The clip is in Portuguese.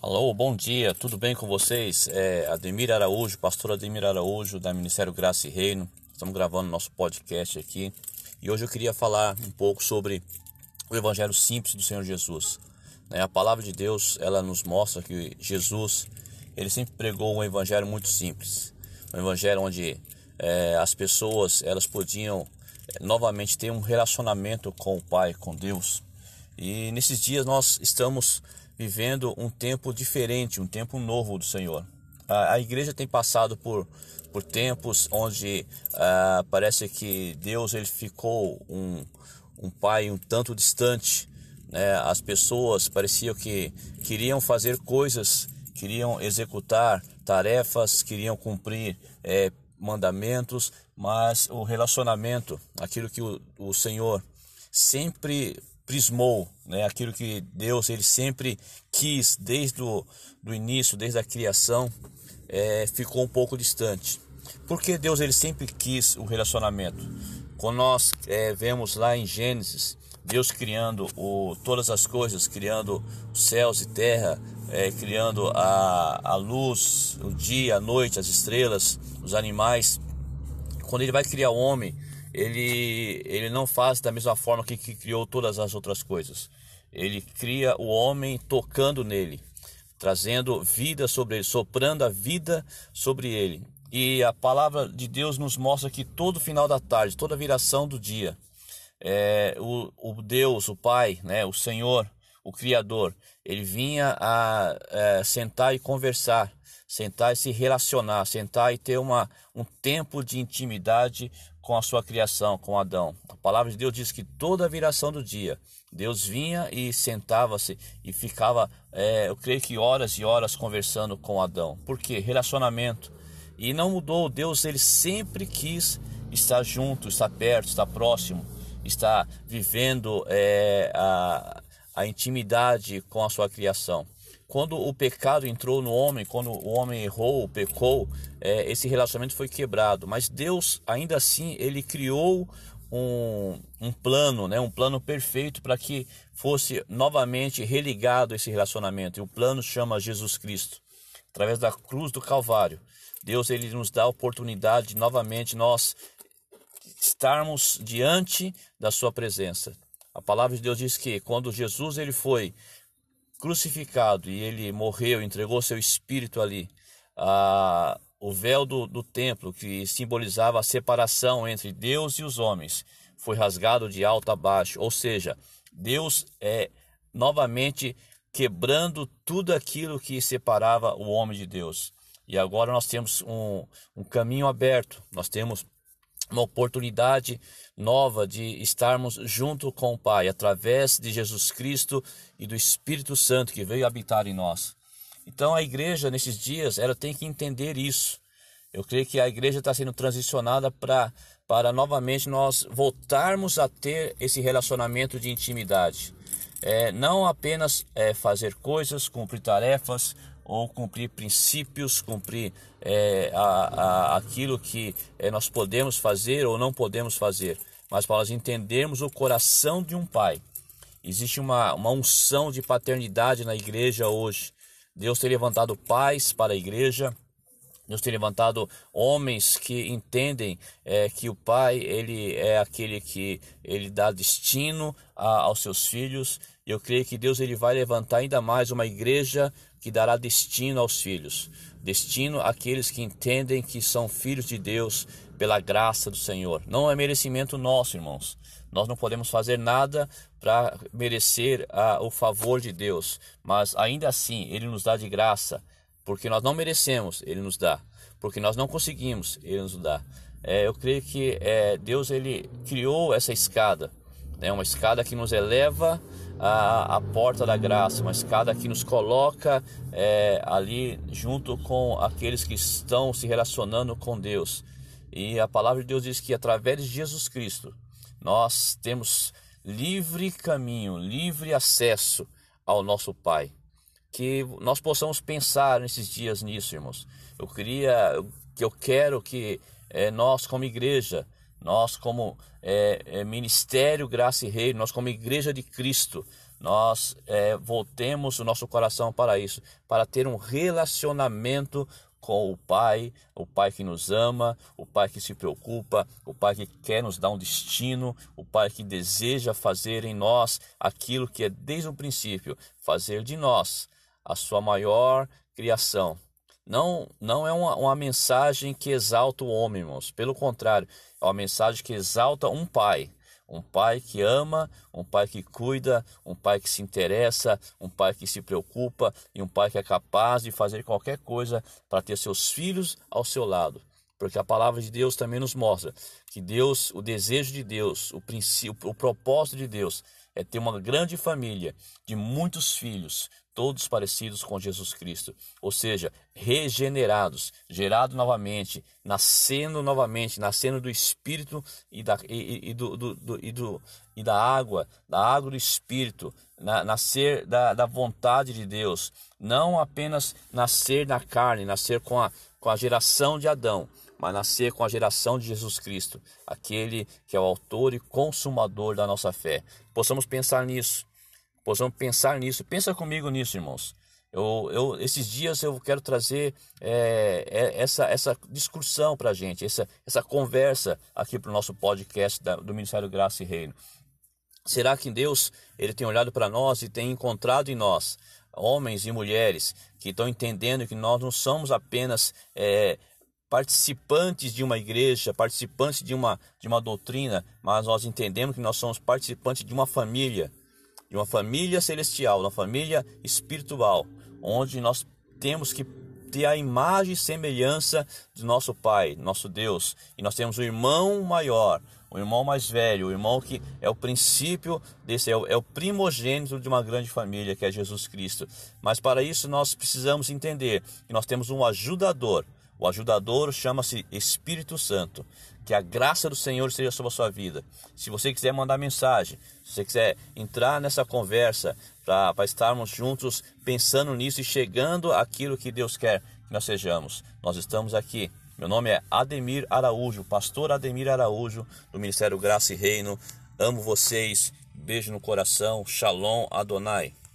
Alô, bom dia, tudo bem com vocês? Ademir Araújo, pastor Ademir Araújo, da Ministério Graça e Reino. Estamos gravando nosso podcast aqui e hoje eu queria falar um pouco sobre o Evangelho simples do Senhor Jesus. A palavra de Deus, ela nos mostra que Jesus, ele sempre pregou um Evangelho muito simples. Um Evangelho onde as pessoas, elas podiam novamente ter um relacionamento com o Pai, com Deus. E nesses dias nós estamos vivendo um tempo diferente, um tempo novo do Senhor. A igreja tem passado por tempos onde parece que Deus ele ficou um pai um tanto distante, né? As pessoas pareciam que queriam fazer coisas, queriam executar tarefas, queriam cumprir mandamentos, mas o relacionamento, aquilo que o Senhor sempre prismou, né? Aquilo que Deus ele sempre quis desde o início, desde a criação, ficou um pouco distante. Porque Deus ele sempre quis o relacionamento. Quando nós vemos lá em Gênesis, Deus criando todas as coisas, criando os céus e terra, criando a luz, o dia, a noite, as estrelas, os animais. Quando ele vai criar o homem, ele não faz da mesma forma que criou todas as outras coisas. Ele cria o homem tocando nele, trazendo vida sobre ele, soprando a vida sobre ele. E a palavra de Deus nos mostra que todo final da tarde, toda viração do dia, o Deus, o Pai, né, o Senhor, o Criador, ele vinha a sentar e conversar, sentar e se relacionar, sentar e ter um tempo de intimidade com a sua criação, com Adão. A palavra de Deus diz que toda a viração do dia, Deus vinha e sentava-se e ficava, eu creio que horas e horas conversando com Adão. Por quê? Relacionamento. E não mudou. Deus ele sempre quis estar junto, estar perto, estar próximo, estar vivendo a intimidade com a sua criação. Quando o pecado entrou no homem, quando o homem errou, pecou, esse relacionamento foi quebrado. Mas Deus, ainda assim, ele criou um plano, né? Um plano perfeito para que fosse novamente religado esse relacionamento. E o plano chama Jesus Cristo. Através da cruz do Calvário, Deus ele nos dá a oportunidade de novamente nós estarmos diante da sua presença. A palavra de Deus diz que quando Jesus ele foi crucificado e ele morreu, entregou seu espírito ali, o véu do templo, que simbolizava a separação entre Deus e os homens, foi rasgado de alto a baixo. Ou seja, Deus novamente quebrando tudo aquilo que separava o homem de Deus. E agora nós temos um caminho aberto, nós temos uma oportunidade nova de estarmos junto com o Pai, através de Jesus Cristo e do Espírito Santo que veio habitar em nós. Então a igreja nesses dias, ela tem que entender isso. Eu creio que a igreja está sendo transicionada para novamente nós voltarmos a ter esse relacionamento de intimidade. Não apenas fazer coisas, cumprir tarefas, ou cumprir princípios, cumprir aquilo que nós podemos fazer ou não podemos fazer, mas para nós entendermos o coração de um pai. Existe uma unção de paternidade na igreja hoje. Deus tem levantado pais para a igreja. Deus tem levantado homens que entendem que o pai ele é aquele que ele dá destino aos seus filhos. E eu creio que Deus ele vai levantar ainda mais uma igreja que dará destino aos filhos. Destino àqueles que entendem que são filhos de Deus pela graça do Senhor. Não é merecimento nosso, irmãos. Nós não podemos fazer nada para merecer o favor de Deus. Mas ainda assim, Ele nos dá de graça. Porque nós não merecemos, Ele nos dá. Porque nós não conseguimos, Ele nos dá. Eu creio que Deus ele criou essa escada. Uma escada que nos eleva à porta da graça. Uma escada que nos coloca ali junto com aqueles que estão se relacionando com Deus. E a palavra de Deus diz que através de Jesus Cristo, nós temos livre caminho, livre acesso ao nosso Pai. Que nós possamos pensar nesses dias nisso, irmãos. Eu quero que nós como igreja, nós como Ministério Graça e Reino, nós como igreja de Cristo, nós voltemos o nosso coração para isso, para ter um relacionamento com o Pai que nos ama, o Pai que se preocupa, o Pai que quer nos dar um destino, o Pai que deseja fazer em nós aquilo que é desde o princípio, fazer de nós a sua maior criação. Não é uma mensagem que exalta o homem, irmãos. Pelo contrário, é uma mensagem que exalta um pai. Um pai que ama, um pai que cuida, um pai que se interessa, um pai que se preocupa e um pai que é capaz de fazer qualquer coisa para ter seus filhos ao seu lado. Porque a palavra de Deus também nos mostra que Deus, o desejo de Deus, o princípio, o propósito de Deus é ter uma grande família de muitos filhos, todos parecidos com Jesus Cristo, ou seja, regenerados, gerados novamente, nascendo do Espírito e da água do Espírito, nascer da vontade de Deus, não apenas nascer na carne, nascer com a geração de Adão, mas nascer com a geração de Jesus Cristo, aquele que é o autor e consumador da nossa fé. Possamos pensar nisso. Pensa comigo nisso, irmãos. Esses dias eu quero trazer essa discussão para a gente, essa conversa aqui para o nosso podcast do Ministério Graça e Reino. Será que Deus ele tem olhado para nós e tem encontrado em nós homens e mulheres que estão entendendo que nós não somos apenas participantes de uma igreja, participantes de uma doutrina, mas nós entendemos que nós somos participantes de uma família celestial, uma família espiritual, onde nós temos que ter a imagem e semelhança do nosso Pai, nosso Deus, e nós temos um irmão maior, um irmão mais velho, um irmão que é o princípio é o primogênito de uma grande família, que é Jesus Cristo. Mas para isso nós precisamos entender que nós temos um ajudador. O ajudador chama-se Espírito Santo. Que a graça do Senhor seja sobre a sua vida. Se você quiser mandar mensagem, se você quiser entrar nessa conversa para estarmos juntos pensando nisso e chegando àquilo que Deus quer que nós sejamos, nós estamos aqui. Meu nome é Ademir Araújo, pastor Ademir Araújo, do Ministério Graça e Reino. Amo vocês, beijo no coração, Shalom Adonai.